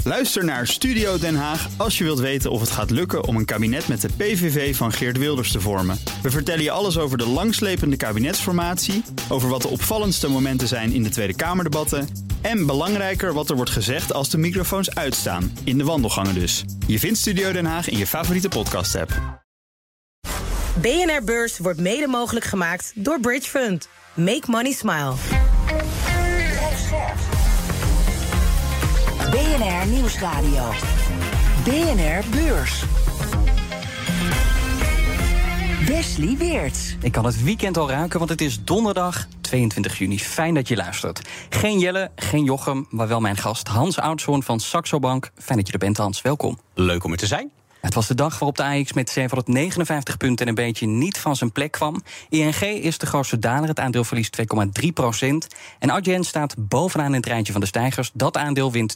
Luister naar Studio Den Haag als je wilt weten of het gaat lukken om een kabinet met de PVV van Geert Wilders te vormen. We vertellen je alles over de langslepende kabinetsformatie, over wat de opvallendste momenten zijn in de Tweede Kamerdebatten en belangrijker wat er wordt gezegd als de microfoons uitstaan, in de wandelgangen dus. Je vindt Studio Den Haag in je favoriete podcast-app. BNR Beurs wordt mede mogelijk gemaakt door Bridge Fund. Make money smile. BNR Nieuwsradio. BNR Beurs. Wesley Weerts. Ik kan het weekend al ruiken, want het is donderdag 22 juni. Fijn dat je luistert. Geen Jelle, geen Jochem, maar wel mijn gast Hans Oudshoorn van Saxo Bank. Fijn dat je er bent, Hans. Welkom. Leuk om er te zijn. Het was de dag waarop de AEX met 759 punten en een beetje niet van zijn plek kwam. ING is de grootste daler, het aandeel verliest 2,3%. En Adyen staat bovenaan in het rijtje van de stijgers. Dat aandeel wint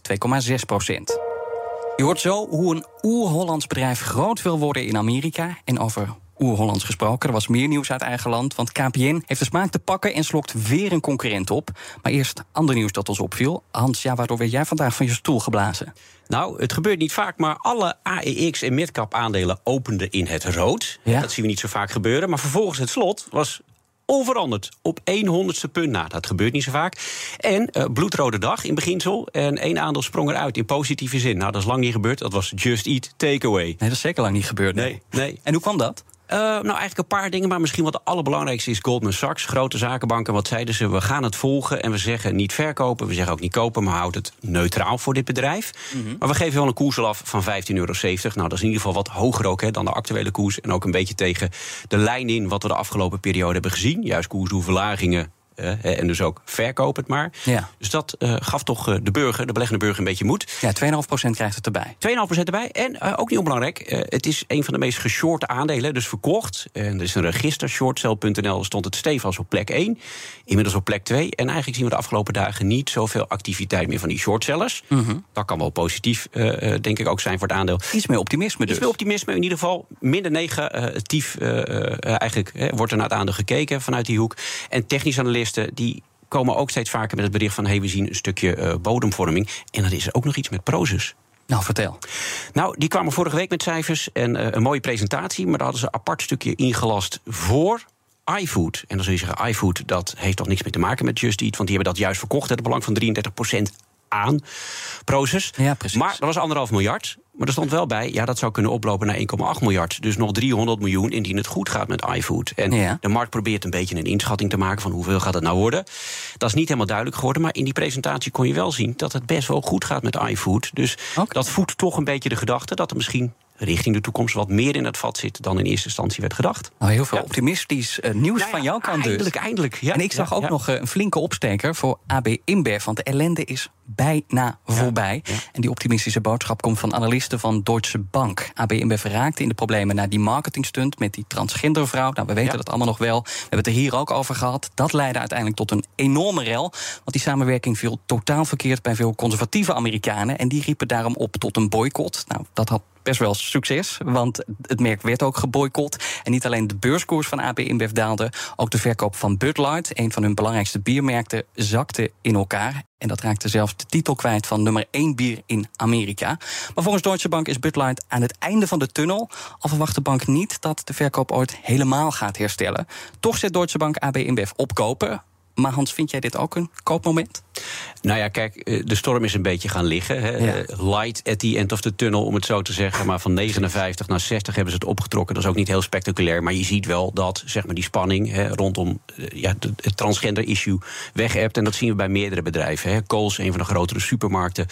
2,6%. Je hoort zo hoe een oer-Hollands bedrijf groot wil worden in Amerika. En over oer-Hollands gesproken, er was meer nieuws uit eigen land. Want KPN heeft de smaak te pakken en slokt weer een concurrent op. Maar eerst ander nieuws dat ons opviel. Hans, waardoor werd jij vandaag van je stoel geblazen? Nou, het gebeurt niet vaak, maar alle AEX en midcap aandelen openden in het rood. Ja? Dat zien we niet zo vaak gebeuren. Maar vervolgens het slot was onveranderd op 100ste punt na. Dat gebeurt niet zo vaak. En bloedrode dag in beginsel. En één aandeel sprong eruit in positieve zin. Nou, dat is lang niet gebeurd. Dat was Just Eat Takeaway. Nee, dat is zeker lang niet gebeurd. Nee. En hoe kwam dat? Nou, eigenlijk een paar dingen, maar misschien wat het allerbelangrijkste is Goldman Sachs, grote zakenbanken. Wat zeiden ze? We gaan het volgen en we zeggen niet verkopen, we zeggen ook niet kopen, maar houden het neutraal voor dit bedrijf. Mm-hmm. Maar we geven wel een koers af van €15,70. Nou, dat is in ieder geval wat hoger ook dan de actuele koers. En ook een beetje tegen de lijn in wat we de afgelopen periode hebben gezien. Juist koersdoelverlagingen. En dus ook verkoop het maar. Ja. Dus dat gaf toch de beleggende burger een beetje moed. Ja, 2,5% krijgt het erbij. 2,5% erbij. En ook niet onbelangrijk, het is een van de meest geshorte aandelen, dus verkocht. En er is een register, shortsell.nl, stond het stevig op plek 1. Inmiddels op plek 2. En eigenlijk zien we de afgelopen dagen niet zoveel activiteit meer van die shortsellers. Mm-hmm. Dat kan wel positief, denk ik, ook zijn voor het aandeel. Iets meer optimisme dus. Iets meer optimisme, in ieder geval minder negatief. Eigenlijk wordt er naar het aandeel gekeken vanuit die hoek. En technische analisten die komen ook steeds vaker met het bericht van we zien een stukje bodemvorming. En dan is er ook nog iets met Prosus. Nou, vertel. Nou, die kwamen vorige week met cijfers en een mooie presentatie, maar daar hadden ze een apart stukje ingelast voor iFood. En dan zul je zeggen, iFood, dat heeft toch niks meer te maken met Just Eat, want die hebben dat juist verkocht, het belang van 33% aan Prosus. Ja, precies. Maar dat was 1,5 miljard. Maar er stond wel bij, dat zou kunnen oplopen naar 1,8 miljard. Dus nog 300 miljoen indien het goed gaat met iFood. En de markt probeert een beetje een inschatting te maken van hoeveel gaat het nou worden. Dat is niet helemaal duidelijk geworden, maar in die presentatie kon je wel zien dat het best wel goed gaat met iFood. Dus dat voedt toch een beetje de gedachte dat er misschien richting de toekomst wat meer in het vat zit dan in eerste instantie werd gedacht. Nou, heel veel optimistisch nieuws van jouw kant dus. Eindelijk. Ja. En ik zag ook nog een flinke opsteker voor AB InBev, want de ellende is bijna voorbij. Ja. En die optimistische boodschap komt van analisten van Deutsche Bank. AB InBev raakte in de problemen na die marketingstunt met die transgendervrouw. Nou, we weten dat allemaal nog wel. We hebben het er hier ook over gehad. Dat leidde uiteindelijk tot een enorme rel, want die samenwerking viel totaal verkeerd bij veel conservatieve Amerikanen en die riepen daarom op tot een boycott. Nou, dat had best wel succes, want het merk werd ook geboycott. En niet alleen de beurskoers van AB InBev daalde, ook de verkoop van Bud Light, een van hun belangrijkste biermerken, zakte in elkaar. En dat raakte zelfs de titel kwijt van nummer 1 bier in Amerika. Maar volgens Deutsche Bank is Bud Light aan het einde van de tunnel. Al verwacht de bank niet dat de verkoop ooit helemaal gaat herstellen. Toch zet Deutsche Bank AB InBev opkopen. Maar Hans, vind jij dit ook een koopmoment? Nou ja, kijk, de storm is een beetje gaan liggen. Hè. Ja. Light at the end of the tunnel, om het zo te zeggen. Maar van 59 naar 60 hebben ze het opgetrokken. Dat is ook niet heel spectaculair. Maar je ziet wel dat die spanning rondom het transgender-issue weg-ebt. En dat zien we bij meerdere bedrijven. Hè. Coles, een van de grotere supermarkten,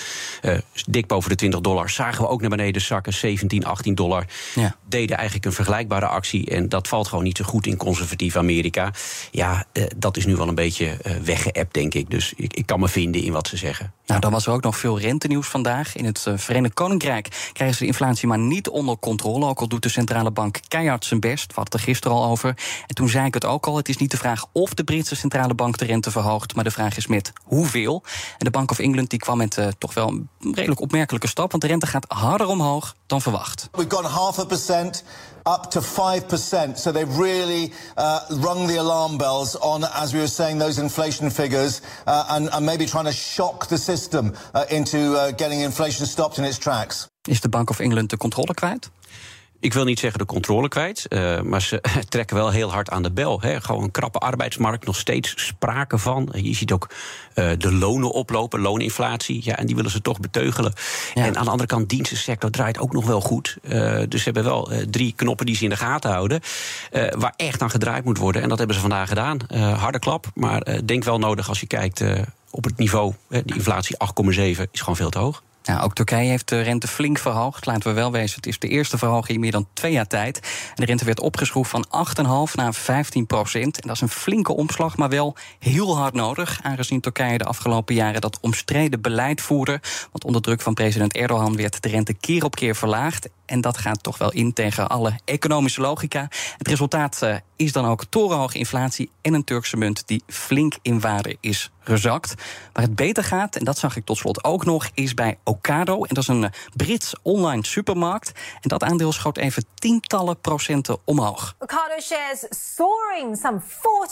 dik boven de $20. Zagen we ook naar beneden zakken, $17, $18. Ja. Deden eigenlijk een vergelijkbare actie. En dat valt gewoon niet zo goed in conservatief Amerika. Ja, dat is nu wel een beetje weggeëpt, denk ik. Dus ik kan me vinden in wat ze zeggen. Nou, dan was er ook nog veel rentenieuws vandaag. In het Verenigd Koninkrijk krijgen ze de inflatie maar niet onder controle. Ook al doet de centrale bank keihard zijn best. We hadden het er gisteren al over. En toen zei ik het ook al. Het is niet de vraag of de Britse centrale bank de rente verhoogt, maar de vraag is met hoeveel. En de Bank of England die kwam met toch wel een redelijk opmerkelijke stap, want de rente gaat harder omhoog dan verwacht. We've gone 0.5% up to 5%. So they've really rung the alarm bells on, as we were saying, those inflation figures, and maybe trying to shock the system into getting inflation stopped in its tracks. Is de Bank of England de controle kwijt? Ik wil niet zeggen de controle kwijt, maar ze trekken wel heel hard aan de bel. Hè. Gewoon een krappe arbeidsmarkt, nog steeds sprake van. Je ziet ook de lonen oplopen, looninflatie. Ja, en die willen ze toch beteugelen. Ja. En aan de andere kant, dienstensector draait ook nog wel goed. Dus ze hebben wel 3 knoppen die ze in de gaten houden, waar echt aan gedraaid moet worden. En dat hebben ze vandaag gedaan. Harde klap, maar denk wel nodig als je kijkt op het niveau. De inflatie 8,7 is gewoon veel te hoog. Ja, ook Turkije heeft de rente flink verhoogd. Laten we wel wezen, het is de eerste verhoging in meer dan 2 jaar tijd. En de rente werd opgeschroefd van 8,5 naar 15%. En dat is een flinke omslag, maar wel heel hard nodig, aangezien Turkije de afgelopen jaren dat omstreden beleid voerde. Want onder druk van president Erdogan werd de rente keer op keer verlaagd. En dat gaat toch wel in tegen alle economische logica. Het resultaat is dan ook torenhoge inflatie en een Turkse munt die flink in waarde is gezakt. Waar het beter gaat, en dat zag ik tot slot ook nog, is bij Ocado. En dat is een Brits online supermarkt. En dat aandeel schoot even tientallen procenten omhoog. Ocado shares soaring some 40%.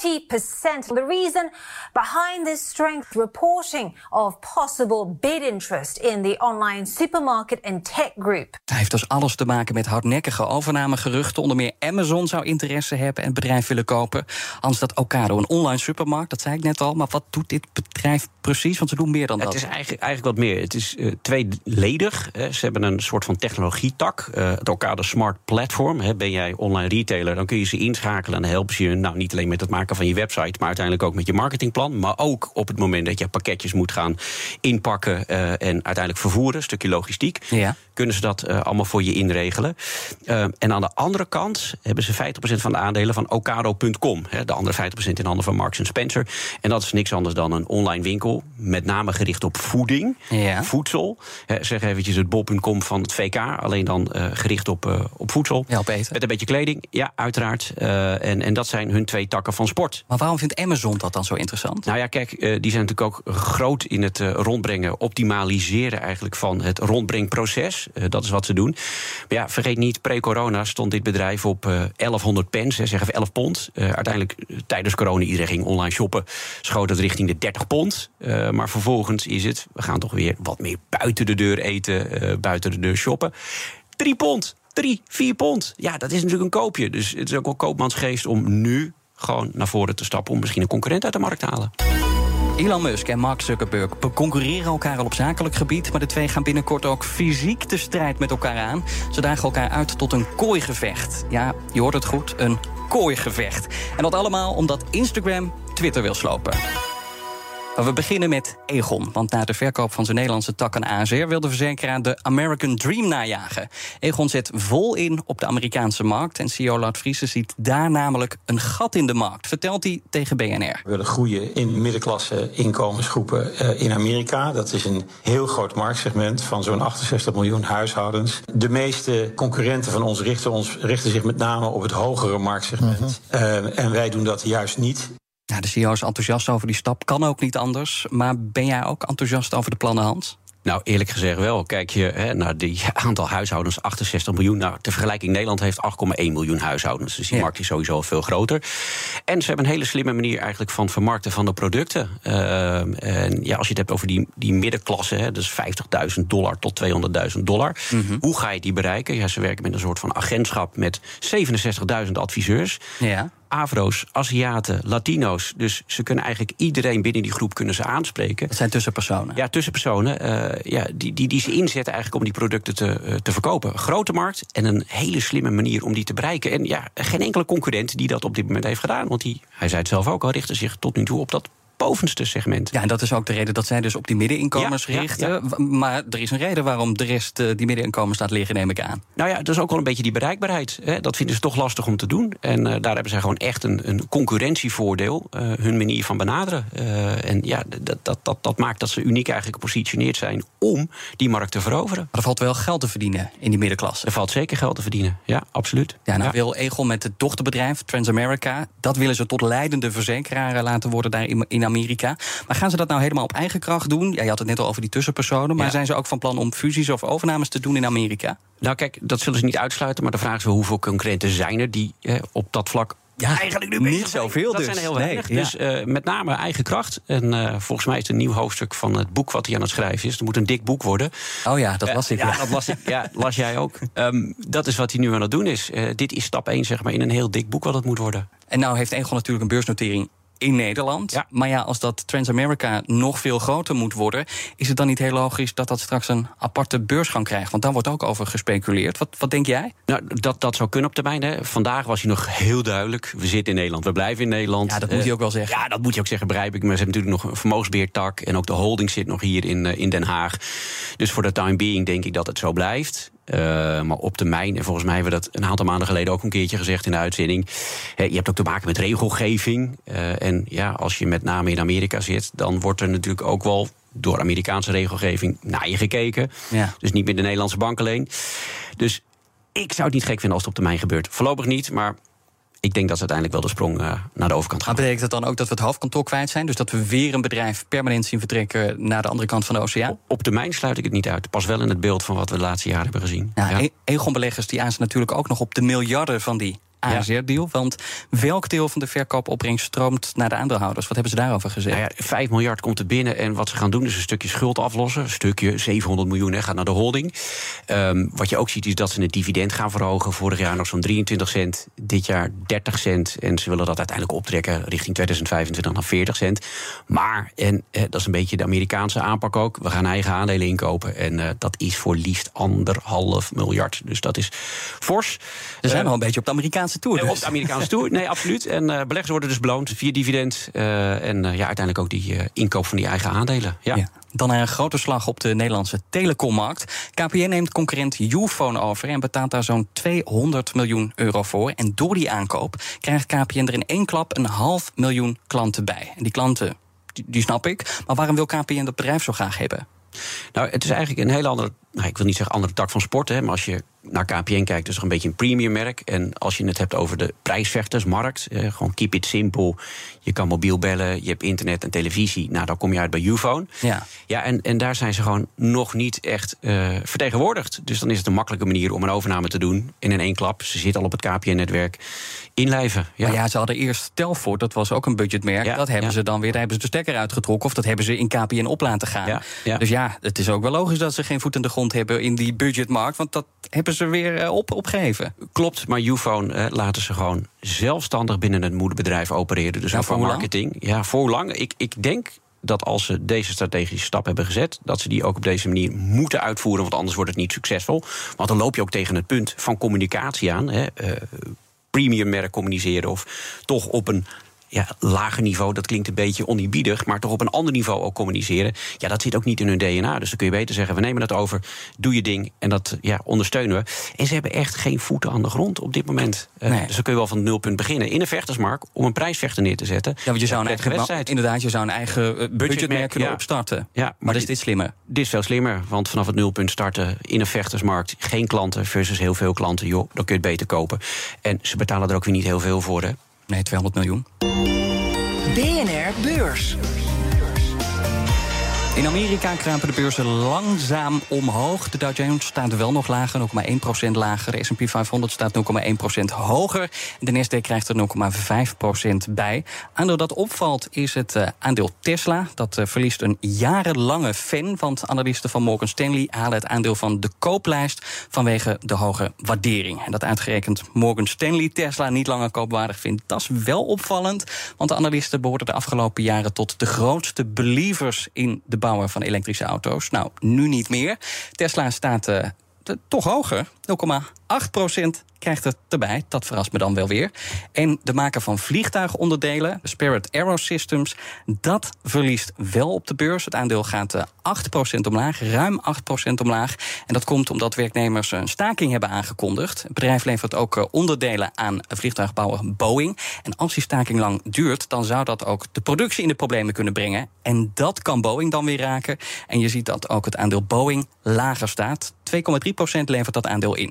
The reason behind this strength, reporting of possible bid interest in the online supermarket and tech group. Hij heeft dus alles te maken met hardnekkige overnamegeruchten. Onder meer Amazon zou interesse hebben en het bedrijf willen kopen. Anders dat Ocado, een online supermarkt, dat zei ik net al. Maar wat doet dit bedrijf precies? Want ze doen meer dan dat. Het is eigenlijk wat meer. Het is tweeledig. Ze hebben een soort van technologietak. Het Ocado Smart Platform. Ben jij online retailer, dan kun je ze inschakelen. En dan helpen ze je niet alleen met het maken van je website, maar uiteindelijk ook met je marketingplan. Maar ook op het moment dat je pakketjes moet gaan inpakken en uiteindelijk vervoeren, een stukje logistiek. Ja. Kunnen ze dat allemaal voor je inregelen. En aan de andere kant hebben ze 50% van de aandelen van Ocado.com. De andere 50% in handen van Marks & Spencer. En dat is niks anders dan een online winkel, met name gericht op voeding, voedsel. Zeg eventjes het bol.com van het VK, alleen dan gericht op voedsel. Ja, op eten. Met een beetje kleding, ja, uiteraard. En dat zijn hun 2 takken van sport. Maar waarom vindt Amazon dat dan zo interessant? Nou ja, kijk, die zijn natuurlijk ook groot in het rondbrengen, optimaliseren eigenlijk van het rondbrengproces. Dat is wat ze doen. Maar ja, vergeet niet, pre-corona stond dit bedrijf op 1100 pence, zeggen we 11 pond. Uiteindelijk, tijdens corona, iedereen ging online shoppen, schoot het richting de 30 pond. Maar vervolgens is het, we gaan toch weer wat meer buiten de deur eten, buiten de deur shoppen. 3 pond, 3, 4 pond. Ja, dat is natuurlijk een koopje. Dus het is ook wel koopmansgeest om nu gewoon naar voren te stappen, om misschien een concurrent uit de markt te halen. Elon Musk en Mark Zuckerberg concurreren elkaar al op zakelijk gebied, maar de twee gaan binnenkort ook fysiek de strijd met elkaar aan. Ze dagen elkaar uit tot een kooigevecht. Ja, je hoort het goed, een kooigevecht. En dat allemaal omdat Instagram Twitter wil slopen. Maar we beginnen met Aegon. Want na de verkoop van zijn Nederlandse tak aan ASR wil de verzekeraar de American Dream najagen. Aegon zet vol in op de Amerikaanse markt. En CEO Lard Friese ziet daar namelijk een gat in de markt, vertelt hij tegen BNR. We willen groeien in middenklasse inkomensgroepen in Amerika. Dat is een heel groot marktsegment van zo'n 68 miljoen huishoudens. De meeste concurrenten van ons richten zich met name op het hogere marktsegment. En wij doen dat juist niet. Ja, de CEO is enthousiast over die stap, kan ook niet anders. Maar ben jij ook enthousiast over de plannen, Hans? Nou, eerlijk gezegd wel. Kijk je naar die aantal huishoudens, 68 miljoen. Nou, ter vergelijking, Nederland heeft 8,1 miljoen huishoudens. Dus die markt is sowieso veel groter. En ze hebben een hele slimme manier eigenlijk van vermarkten van de producten. En ja, als je het hebt over die middenklasse, dus $50.000 tot $200.000. Hoe ga je die bereiken? Ja, ze werken met een soort van agentschap met 67.000 adviseurs. Ja. Afro's, Aziaten, Latino's. Dus ze kunnen eigenlijk iedereen binnen die groep kunnen ze aanspreken. Dat zijn tussenpersonen? Ja, tussenpersonen. Die ze inzetten eigenlijk om die producten te verkopen. Grote markt en een hele slimme manier om die te bereiken. En ja, geen enkele concurrent die dat op dit moment heeft gedaan. Want hij zei het zelf ook al, richtte zich tot nu toe op dat bovenste segment. Ja, en dat is ook de reden dat zij dus op die middeninkomens richten. Ja. Maar er is een reden waarom de rest die middeninkomens laat liggen, neem ik aan. Nou ja, dat is ook wel een beetje die bereikbaarheid. Dat vinden ze toch lastig om te doen. En daar hebben zij gewoon echt een concurrentievoordeel. Hun manier van benaderen. En ja, dat maakt dat ze uniek eigenlijk gepositioneerd zijn om die markt te veroveren. Maar er valt wel geld te verdienen in die middenklasse. Er valt zeker geld te verdienen, ja, absoluut. Ja, nou wil Aegon met het dochterbedrijf Transamerica, dat willen ze tot leidende verzekeraar laten worden daar in Amerika. Maar gaan ze dat nou helemaal op eigen kracht doen? Ja, je had het net al over die tussenpersonen. Maar zijn ze ook van plan om fusies of overnames te doen in Amerika? Nou kijk, dat zullen ze niet uitsluiten. Maar de vraag is wel hoeveel concurrenten zijn er die op dat vlak... Ja, eigenlijk nu niet zoveel. Dat zijn er heel weinig. Dus met name eigen kracht. En volgens mij is het een nieuw hoofdstuk van het boek wat hij aan het schrijven is. Het moet een dik boek worden. Oh ja, dat las ik. Ja, dat las ik. Ja, las jij ook. Dat is wat hij nu aan het doen is. Dit is stap 1, zeg maar, in een heel dik boek wat het moet worden. En nou heeft Aegon natuurlijk een beursnotering in Nederland. Ja. Maar ja, als dat Transamerica nog veel groter moet worden, is het dan niet heel logisch dat dat straks een aparte beursgang krijgt? Want daar wordt ook over gespeculeerd. Wat denk jij? Nou, dat zou kunnen op termijn. Hè. Vandaag was hij nog heel duidelijk. We zitten in Nederland, we blijven in Nederland. Ja, dat moet hij ook wel zeggen. Ja, dat moet hij ook zeggen, begrijp ik. Maar ze hebben natuurlijk nog een vermogensbeheertak en ook de holding zit nog hier in Den Haag. Dus voor de time being denk ik dat het zo blijft. Maar op termijn, en volgens mij hebben we dat een aantal maanden geleden ook een keertje gezegd in de uitzending. Je hebt ook te maken met regelgeving. En ja, als je met name in Amerika zit, dan wordt er natuurlijk ook wel door Amerikaanse regelgeving naar je gekeken. Ja. Dus niet meer de Nederlandse bank alleen. Dus ik zou het niet gek vinden als het op termijn gebeurt. Voorlopig niet, maar ik denk dat ze uiteindelijk wel de sprong naar de overkant gaan. Maar betekent dat dan ook dat we het hoofdkantoor kwijt zijn? Dus dat we weer een bedrijf permanent zien vertrekken naar de andere kant van de oceaan? Op termijn sluit ik het niet uit. Pas wel in het beeld van wat we de laatste jaren hebben gezien. Ja. Aegon-beleggers die aanstaan natuurlijk ook nog op de miljarden van die ASR-deal. Want welk deel van de verkoopopbrengst stroomt naar de aandeelhouders? Wat hebben ze daarover gezegd? Nou ja, 5 miljard komt er binnen en wat ze gaan doen is een stukje schuld aflossen. Een stukje, 700 miljoen gaat naar de holding. Wat je ook ziet is dat ze het dividend gaan verhogen. Vorig jaar nog zo'n 23 cent, dit jaar 30 cent. En ze willen dat uiteindelijk optrekken richting 2025 naar 40 cent. Maar, en dat is een beetje de Amerikaanse aanpak ook, we gaan eigen aandelen inkopen. En dat is voor liefst 1,5 miljard. Dus dat is fors. We zijn wel een beetje op de Amerikaanse toer. Dus. Op de Amerikaanse toer, nee, absoluut. En beleggers worden dus beloond via dividend. En uiteindelijk ook die inkoop van die eigen aandelen. Ja. Dan een grote slag op de Nederlandse telecommarkt. KPN neemt concurrent Youfone over en betaalt daar zo'n 200 miljoen euro voor. En door die aankoop krijgt KPN er in één klap 500.000 klanten bij. En die klanten, die snap ik. Maar waarom wil KPN dat bedrijf zo graag hebben? Nou, het is eigenlijk een hele andere, ik wil niet zeggen andere tak van sport, hè, maar als je naar KPN kijkt, dus een beetje een premium merk. En als je het hebt over de prijsvechtersmarkt, gewoon keep it simple. Je kan mobiel bellen, je hebt internet en televisie. Nou, dan kom je uit bij Youfone. Ja, en daar zijn ze gewoon nog niet echt vertegenwoordigd. Dus dan is het een makkelijke manier om een overname te doen. En in één klap, ze zitten al op het KPN-netwerk, inlijven. Ja. Maar ja, ze hadden eerst Telfort, dat was ook een budgetmerk. Ja, dat hebben ze dan weer, daar hebben ze de stekker uitgetrokken. Of dat hebben ze in KPN op laten gaan. Ja. Dus ja, het is ook wel logisch dat ze geen voet in de grond hebben in die budgetmarkt. Want dat hebben ze weer opgegeven. Klopt, maar Youfone laten ze gewoon zelfstandig binnen het moederbedrijf opereren. Dus voor marketing. Ja, voor lang. Ik denk dat als ze deze strategische stap hebben gezet, dat ze die ook op deze manier moeten uitvoeren, want anders wordt het niet succesvol. Want dan loop je ook tegen het punt van communicatie aan. Premium merk communiceren of toch op een lager niveau, dat klinkt een beetje oneerbiedig, maar toch op een ander niveau ook communiceren. Ja, dat zit ook niet in hun DNA. Dus dan kun je beter zeggen, we nemen dat over, doe je ding en dat ondersteunen we. En ze hebben echt geen voeten aan de grond op dit moment. Nee. Dus dan kun je wel van het nulpunt beginnen in een vechtersmarkt om een prijsvechter neer te zetten. Ja, want je zou je zou een eigen budgetmerk kunnen opstarten. Ja, maar is dit slimmer? Dit is veel slimmer, want vanaf het nulpunt starten in een vechtersmarkt, geen klanten versus heel veel klanten, joh, dan kun je het beter kopen. En ze betalen er ook weer niet heel veel voor, hè. Nee, 200 miljoen. BNR Beurs. In Amerika kruipen de beurzen langzaam omhoog. De Dow Jones staat wel nog lager, 0,1% lager. De S&P 500 staat 0,1% hoger. De Nasdaq krijgt er 0,5% bij. Aandeel dat opvalt is het aandeel Tesla. Dat verliest een jarenlange fan. Want analisten van Morgan Stanley halen het aandeel van de kooplijst vanwege de hoge waardering. En dat uitgerekend Morgan Stanley Tesla niet langer koopwaardig vindt, dat is wel opvallend. Want de analisten behoorden de afgelopen jaren tot de grootste believers in de bouwer van elektrische auto's. Nou, nu niet meer. Tesla staat toch hoger, 0,8% krijgt het erbij. Dat verrast me dan wel weer. En de maker van vliegtuigonderdelen, Spirit Aerosystems, dat verliest wel op de beurs. Het aandeel gaat 8% omlaag, ruim 8% omlaag. En dat komt omdat werknemers een staking hebben aangekondigd. Het bedrijf levert ook onderdelen aan vliegtuigbouwer Boeing. En als die staking lang duurt, dan zou dat ook de productie in de problemen kunnen brengen. En dat kan Boeing dan weer raken. En je ziet dat ook het aandeel Boeing lager staat. 2,3% levert dat aandeel in.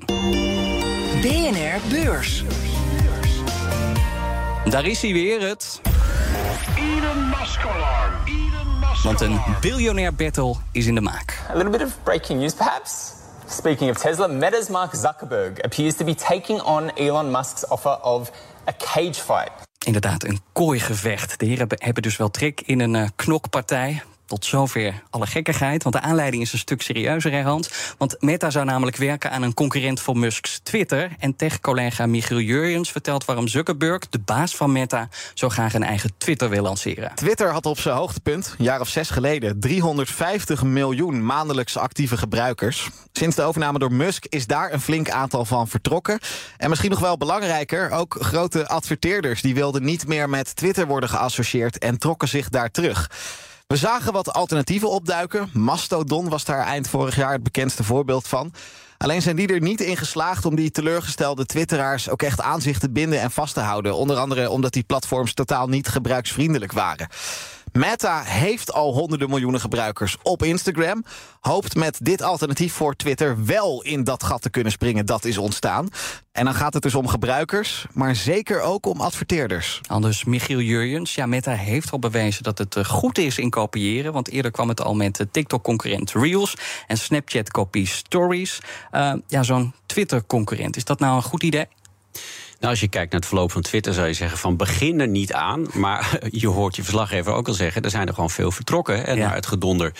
BNR Beurs. Daar is hij weer, het Elon Musk alarm. Elon Musk Want een alarm. biljonair battle is in de maak. A little bit of breaking news, perhaps. Speaking of Tesla, Meta's Mark Zuckerberg appears to be taking on Elon Musk's offer of a cage fight. Inderdaad, een kooigevecht. De heren hebben dus wel trek in een knokpartij. Tot zover alle gekkigheid, want de aanleiding is een stuk serieuzer, want Meta zou namelijk werken aan een concurrent voor Musk's Twitter. En tech-collega Michiel Jurjens vertelt waarom Zuckerberg, de baas van Meta, zo graag een eigen Twitter wil lanceren. Twitter had op zijn hoogtepunt, een jaar of 6 geleden, 350 miljoen maandelijks actieve gebruikers. Sinds de overname door Musk is daar een flink aantal van vertrokken. En misschien nog wel belangrijker, ook grote adverteerders die wilden niet meer met Twitter worden geassocieerd en trokken zich daar terug. We zagen wat alternatieven opduiken. Mastodon was daar eind vorig jaar het bekendste voorbeeld van. Alleen zijn die er niet in geslaagd om die teleurgestelde twitteraars ook echt aan zich te binden en vast te houden. Onder andere omdat die platforms totaal niet gebruiksvriendelijk waren. Meta heeft al honderden miljoenen gebruikers op Instagram. Hoopt met dit alternatief voor Twitter wel in dat gat te kunnen springen dat is ontstaan. En dan gaat het dus om gebruikers, maar zeker ook om adverteerders. Anders Michiel Jurjens. Ja, Meta heeft al bewezen dat het goed is in kopiëren. Want eerder kwam het al met TikTok-concurrent Reels en Snapchat-kopie Stories. Zo'n Twitter-concurrent. Is dat nou een goed idee? Nou, als je kijkt naar het verloop van Twitter zou je zeggen van begin er niet aan. Maar je hoort je verslaggever ook al zeggen, er zijn er gewoon veel vertrokken naar het gedonder.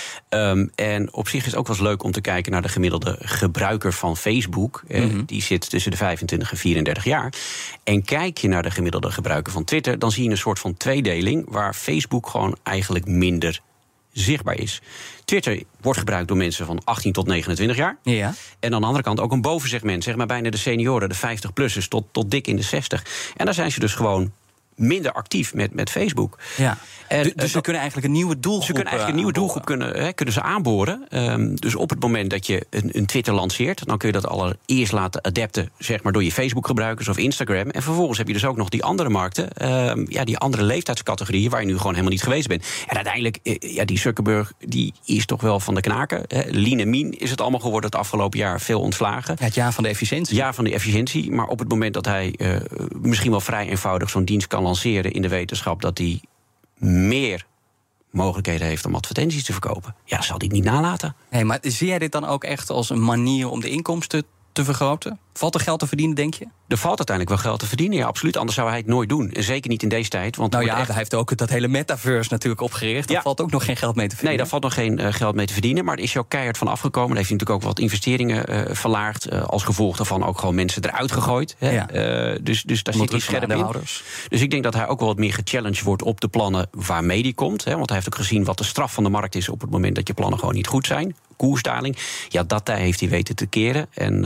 En op zich is het ook wel eens leuk om te kijken naar de gemiddelde gebruiker van Facebook. Die zit tussen de 25 en 34 jaar. En kijk je naar de gemiddelde gebruiker van Twitter, dan zie je een soort van tweedeling waar Facebook gewoon eigenlijk minder zichtbaar is. Twitter wordt gebruikt door mensen van 18 tot 29 jaar. Ja. En aan de andere kant ook een bovensegment, zeg maar bijna de senioren, de 50-plussers tot dik in de 60. En daar zijn ze dus gewoon minder actief met Facebook. Ja. Dus ze kunnen eigenlijk een nieuwe doelgroep. Ze kunnen eigenlijk een nieuwe doelgroep kunnen ze aanboren. Dus op het moment dat je een Twitter lanceert, dan kun je dat allereerst laten adapten, zeg maar, door je Facebook-gebruikers of Instagram. En vervolgens heb je dus ook nog die andere markten, die andere leeftijdscategorieën waar je nu gewoon helemaal niet geweest bent. En uiteindelijk, die Zuckerberg, die is toch wel van de knaken. Lean en mean is het allemaal geworden het afgelopen jaar, veel ontslagen. Ja, het jaar van de efficiëntie. Ja, van de efficiëntie. Maar op het moment dat hij misschien wel vrij eenvoudig zo'n dienst kan lanceren in de wetenschap dat hij meer mogelijkheden heeft om advertenties te verkopen, ja, zal hij het niet nalaten. Nee, maar zie jij dit dan ook echt als een manier om de inkomsten te vergroten? Valt er geld te verdienen, denk je? Er valt uiteindelijk wel geld te verdienen, ja, absoluut. Anders zou hij het nooit doen. En zeker niet in deze tijd. Want hij heeft ook dat hele metaverse natuurlijk opgericht. Daar valt ook nog geen geld mee te verdienen. Nee, daar valt nog geen geld mee te verdienen. Maar er is ook keihard van afgekomen. Daar heeft hij natuurlijk ook wat investeringen verlaagd. Als gevolg daarvan ook gewoon mensen eruit gegooid. Ja. Dus daar zit hij scherp in. Dus ik denk dat hij ook wel wat meer gechallenged wordt op de plannen waarmee die komt. Want hij heeft ook gezien wat de straf van de markt is op het moment dat je plannen gewoon niet goed zijn. Koersdaling. Ja, dat heeft hij weten te keren. En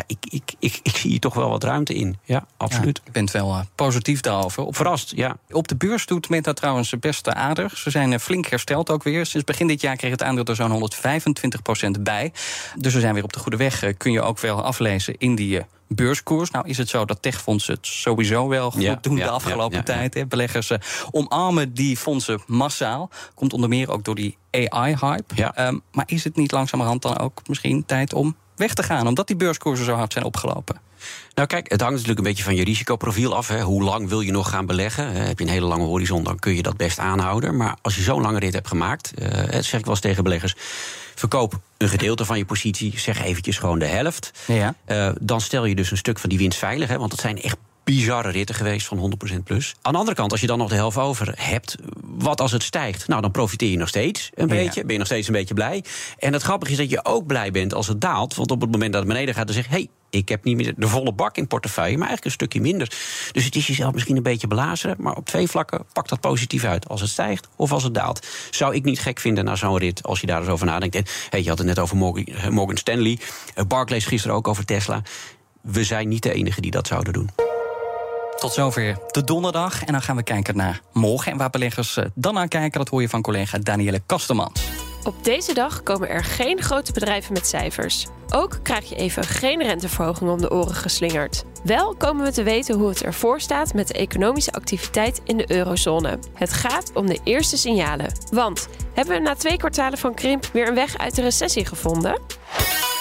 ik zie hier toch wel wat ruimte in. Ja, absoluut. Ja, je bent wel positief daarover. Verrast, ja. Op de beurs doet Meta trouwens best aardig. Ze zijn flink hersteld ook weer. Sinds begin dit jaar kreeg het aandeel er zo'n 125% bij. Dus we zijn weer op de goede weg. Kun je ook wel aflezen in die beurskoers. Nou is het zo dat techfondsen het sowieso wel goed doen de afgelopen tijd. Beleggers omarmen die fondsen massaal. Komt onder meer ook door die AI-hype. Ja. Maar is het niet langzamerhand dan ook misschien tijd om weg te gaan, omdat die beurskoersen zo hard zijn opgelopen? Nou kijk, het hangt natuurlijk een beetje van je risicoprofiel af. Hoe lang wil je nog gaan beleggen? Heb je een hele lange horizon, dan kun je dat best aanhouden. Maar als je zo'n lange rit hebt gemaakt, dat zeg ik wel eens tegen beleggers, verkoop een gedeelte van je positie, zeg eventjes gewoon de helft. Ja. Dan stel je dus een stuk van die winst veilig, want dat zijn echt bizarre ritten geweest van 100% plus. Aan de andere kant, als je dan nog de helft over hebt, wat als het stijgt? Nou, dan profiteer je nog steeds een beetje. Ben je nog steeds een beetje blij. En het grappige is dat je ook blij bent als het daalt. Want op het moment dat het beneden gaat, dan zeg je, hey, ik heb niet meer de volle bak in portefeuille, maar eigenlijk een stukje minder. Dus het is jezelf misschien een beetje belazeren, maar op 2 vlakken pakt dat positief uit. Als het stijgt of als het daalt. Zou ik niet gek vinden na zo'n rit, als je daar eens over nadenkt. Hey, je had het net over Morgan Stanley. Barclays gisteren ook over Tesla. We zijn niet de enige die dat zouden doen. Tot zover de donderdag. En dan gaan we kijken naar morgen. En waar beleggers dan naar kijken, dat hoor je van collega Danielle Kastemans. Op deze dag komen er geen grote bedrijven met cijfers. Ook krijg je even geen renteverhoging om de oren geslingerd. Wel komen we te weten hoe het ervoor staat met de economische activiteit in de eurozone. Het gaat om de eerste signalen. Want hebben we na 2 kwartalen van krimp weer een weg uit de recessie gevonden?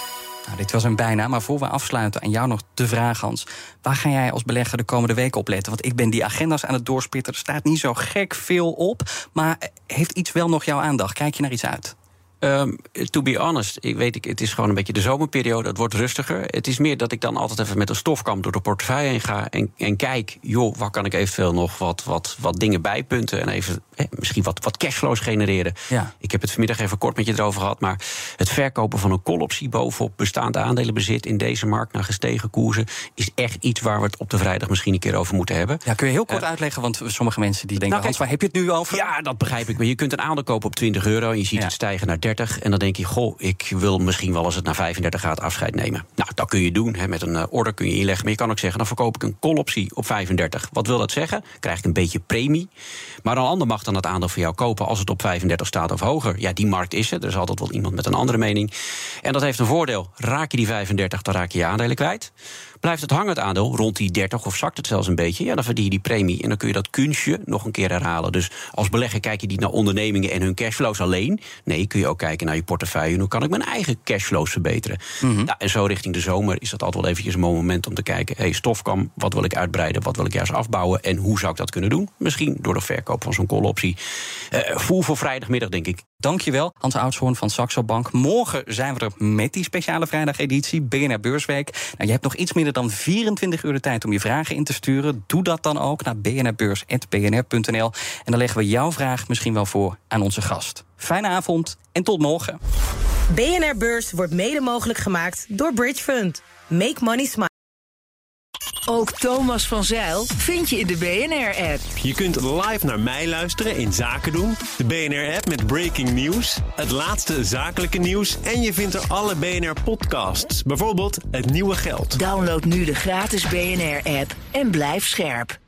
Nou, dit was een bijna, maar voor we afsluiten aan jou nog de vraag, Hans. Waar ga jij als belegger de komende weken op letten? Want ik ben die agenda's aan het doorspitten. Er staat niet zo gek veel op, maar heeft iets wel nog jouw aandacht? Kijk je naar iets uit? To be honest, het is gewoon een beetje de zomerperiode. Het wordt rustiger. Het is meer dat ik dan altijd even met een stofkam door de portefeuille heen ga en kijk, joh, waar kan ik eventueel nog wat dingen bijpunten en even misschien wat cashflows genereren. Ja. Ik heb het vanmiddag even kort met je erover gehad, maar het verkopen van een call-optie bovenop bestaand aandelenbezit in deze markt naar gestegen koersen is echt iets waar we het op de vrijdag misschien een keer over moeten hebben. Ja, kun je heel kort uitleggen, want sommige mensen die denken, Hans, waar heb je het nu over? Ja, dat begrijp ik. Maar je kunt een aandeel kopen op €20 en je ziet het stijgen naar 30. En dan denk je, goh, ik wil misschien wel als het naar 35 gaat afscheid nemen. Nou, dat kun je doen. Met een order kun je inleggen. Maar je kan ook zeggen, dan verkoop ik een call-optie op 35. Wat wil dat zeggen? Krijg ik een beetje premie. Maar een ander mag dan het aandeel voor jou kopen als het op 35 staat of hoger. Ja, die markt is er. Er is altijd wel iemand met een andere mening. En dat heeft een voordeel. Raak je die 35, dan raak je je aandelen kwijt. Blijft het hangen, het aandeel, rond die 30 of zakt het zelfs een beetje, ja, dan verdien je die premie en dan kun je dat kunstje nog een keer herhalen. Dus als belegger kijk je niet naar ondernemingen en hun cashflows alleen. Nee, kun je ook kijken naar je portefeuille en hoe kan ik mijn eigen cashflows verbeteren. Mm-hmm. Ja, en zo richting de zomer is dat altijd wel eventjes een moment om te kijken, stofkam, wat wil ik uitbreiden, wat wil ik juist afbouwen en hoe zou ik dat kunnen doen? Misschien door de verkoop van zo'n call-optie. Voel voor vrijdagmiddag, denk ik. Dankjewel, Hans Oudshoorn van Saxo Bank. Morgen zijn we er met die speciale vrijdageditie, BNR Beursweek. Nou, je hebt nog iets minder dan 24 uur de tijd om je vragen in te sturen. Doe dat dan ook naar bnrbeurs@bnr.nl. En dan leggen we jouw vraag misschien wel voor aan onze gast. Fijne avond en tot morgen. BNR Beurs wordt mede mogelijk gemaakt door Bridge Fund. Make money smile. Ook Thomas van Zijl vind je in de BNR-app. Je kunt live naar mij luisteren in Zaken doen. De BNR-app met breaking news, het laatste zakelijke nieuws en je vindt er alle BNR-podcasts. Bijvoorbeeld Het Nieuwe Geld. Download nu de gratis BNR-app en blijf scherp.